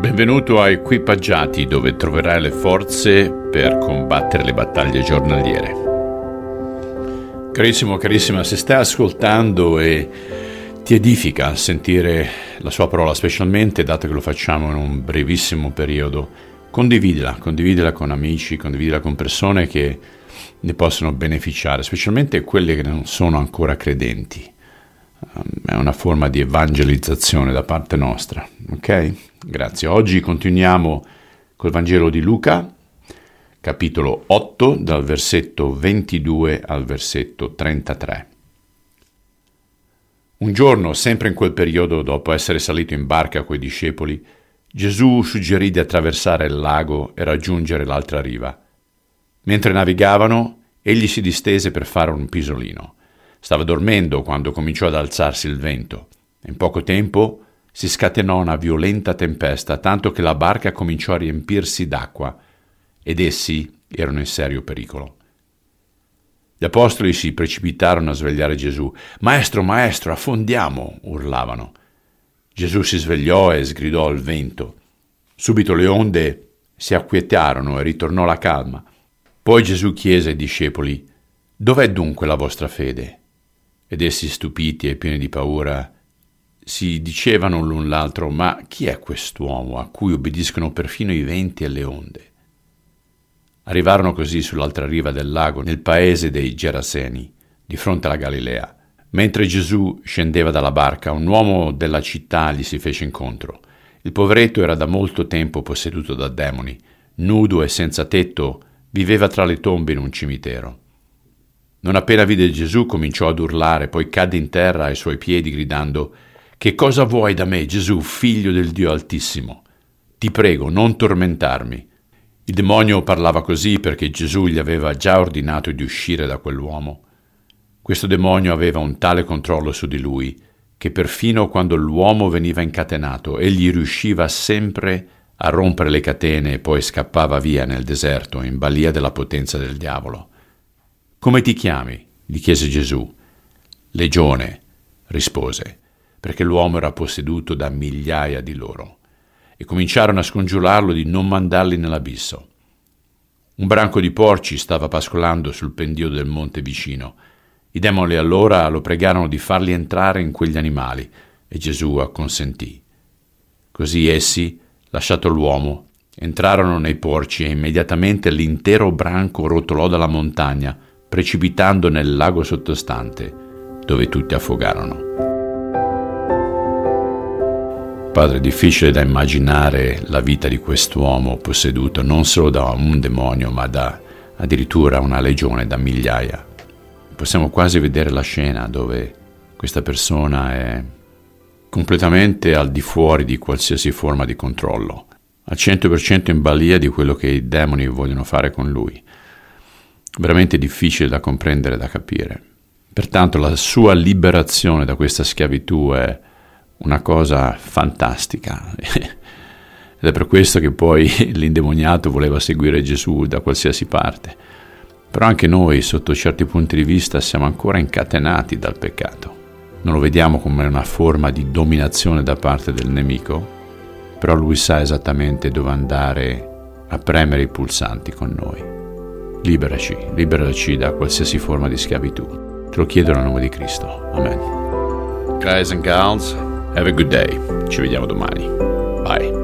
Benvenuto a Equipaggiati, dove troverai le forze per combattere le battaglie giornaliere. Carissimo, carissima, se stai ascoltando e ti edifica sentire la sua parola, specialmente dato che lo facciamo in un brevissimo periodo, condividila con amici, condividila con persone che ne possono beneficiare, specialmente quelle che non sono ancora credenti. È una forma di evangelizzazione da parte nostra, ok? Grazie. Oggi continuiamo col Vangelo di Luca, capitolo 8, dal versetto 22 al versetto 33. Un giorno, sempre in quel periodo, dopo essere salito in barca coi discepoli, Gesù suggerì di attraversare il lago e raggiungere l'altra riva. Mentre navigavano, egli si distese per fare un pisolino. Stava dormendo quando cominciò ad alzarsi il vento. In poco tempo si scatenò una violenta tempesta, tanto che la barca cominciò a riempirsi d'acqua ed essi erano in serio pericolo. Gli apostoli si precipitarono a svegliare Gesù. Maestro, affondiamo!» urlavano. Gesù si svegliò e sgridò al vento. Subito le onde si acquietarono e ritornò la calma. Poi Gesù chiese ai discepoli: «Dov'è dunque la vostra fede?» Ed essi, stupiti e pieni di paura, si dicevano l'un l'altro: «Ma chi è quest'uomo a cui obbediscono perfino i venti e le onde?» Arrivarono così sull'altra riva del lago, nel paese dei Geraseni, di fronte alla Galilea. Mentre Gesù scendeva dalla barca, un uomo della città gli si fece incontro. Il poveretto era da molto tempo posseduto da demoni. Nudo e senza tetto, viveva tra le tombe in un cimitero. Non appena vide Gesù cominciò ad urlare, poi cadde in terra ai suoi piedi gridando: «Che cosa vuoi da me, Gesù, figlio del Dio Altissimo? Ti prego, non tormentarmi». Il demonio parlava così perché Gesù gli aveva già ordinato di uscire da quell'uomo. Questo demonio aveva un tale controllo su di lui che perfino quando l'uomo veniva incatenato, egli riusciva sempre a rompere le catene e poi scappava via nel deserto in balia della potenza del diavolo. «Come ti chiami?» gli chiese Gesù. «Legione», rispose, perché l'uomo era posseduto da migliaia di loro, e cominciarono a scongiurarlo di non mandarli nell'abisso. Un branco di porci stava pascolando sul pendio del monte vicino. I demoni allora lo pregarono di farli entrare in quegli animali, e Gesù acconsentì. Così essi, lasciato l'uomo, entrarono nei porci e immediatamente l'intero branco rotolò dalla montagna, precipitando nel lago sottostante, dove tutti affogarono. Padre, è difficile da immaginare la vita di quest'uomo posseduto non solo da un demonio, ma da addirittura una legione, da migliaia. Possiamo quasi vedere la scena dove questa persona è completamente al di fuori di qualsiasi forma di controllo, al 100% in balia di quello che i demoni vogliono fare con lui. Veramente difficile da comprendere, da capire. Pertanto la sua liberazione da questa schiavitù è una cosa fantastica ed è per questo che poi l'indemoniato voleva seguire Gesù da qualsiasi parte. Però anche noi, sotto certi punti di vista, siamo ancora incatenati dal peccato. Non lo vediamo come una forma di dominazione da parte del nemico, però lui sa esattamente dove andare a premere i pulsanti con noi. Liberaci da qualsiasi forma di schiavitù. Te lo chiedo nel nome di Cristo. Amen. Guys and gals, have a good day. Ci vediamo domani. Bye.